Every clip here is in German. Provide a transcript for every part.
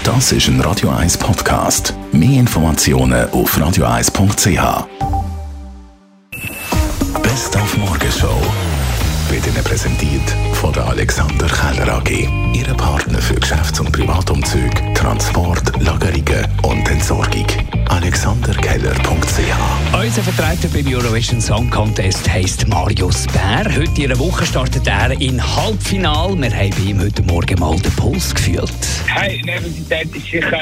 Das ist ein Radio 1 Podcast. Mehr Informationen auf radio1.ch. Best auf Morgenshow wird Ihnen präsentiert von der Alexander Keller AG. Ihre Partner für Geschäfts- und Privatumzüge, Transport, Lagerungen und Entsorgung. alexanderkeller.ch. Unser Vertreter beim Eurovision Song Contest heisst Marius Bär. Heute in einer Woche startet er in Halbfinale. Wir haben bei ihm heute Morgen mal den Puls gefühlt. Hey, Nervosität ist sicher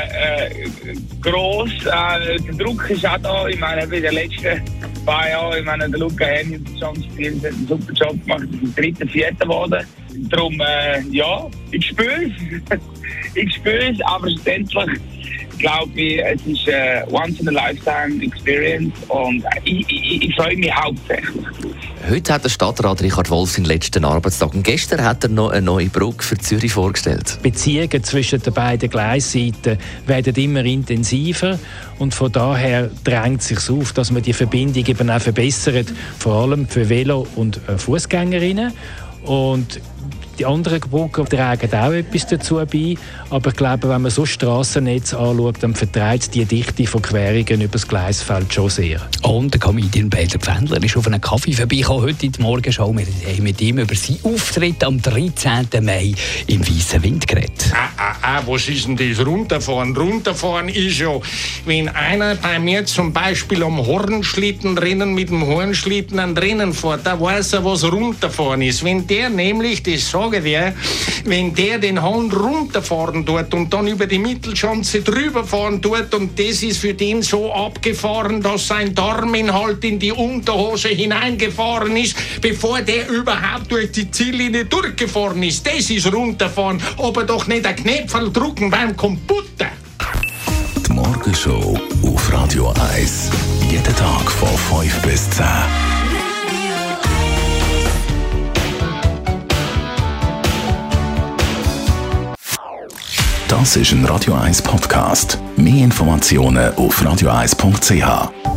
gross. Der Druck ist auch da. Ich meine, in den letzten paar Jahren, der Luca Henny und der John Spiels hat einen super Job gemacht. Wir sind 3., 4. geworden. Darum, ich spüre es. Ich spüre es, aber schlussendlich glaube ich, es ist eine Once-in-a-Lifetime-Experience und ich freue mich hauptsächlich. Heute hat der Stadtrat Richard Wolf seinen letzten Arbeitstag und gestern hat er noch eine neue Brücke für Zürich vorgestellt. Beziehungen zwischen den beiden Gleisseiten werden immer intensiver und von daher drängt es sich auf, dass man die Verbindung eben auch verbessert, vor allem für Velo- und Fußgängerinnen. Und die anderen Brücken tragen auch etwas dazu bei. Aber ich glaube, wenn man so Strassennetz anschaut, dann vertreibt die Dichte von Querungen über das Gleisfeld schon sehr. Und der Comedian Peter Pfändler ist auf einen Kaffee vorbeigekommen, heute in der Morgenshow. Wir haben mit ihm über seinen Auftritt am 13. Mai im Weissen Wind geredet. Was ist denn das Runterfahren? Runterfahren ist ja, wenn einer bei mir zum Beispiel am Hornschlittenrennen mit dem Hornschlitten ein Rennen fährt, da weiß er, was runterfahren ist. Wenn der nämlich, das sage ich dir, wenn der den Hahn runterfahren tut und dann über die Mittelschanze drüber fahren tut und das ist für den so abgefahren, dass sein Darminhalt in die Unterhose hineingefahren ist, bevor der überhaupt durch die Ziellinie durchgefahren ist. Das ist runterfahren, aber doch nicht ein Knöpfel drücken beim Computer. Die Morgenshow auf Radio 1. Jeden Tag von 5 bis 10. Das ist ein Radio 1 Podcast. Mehr Informationen auf radio1.ch.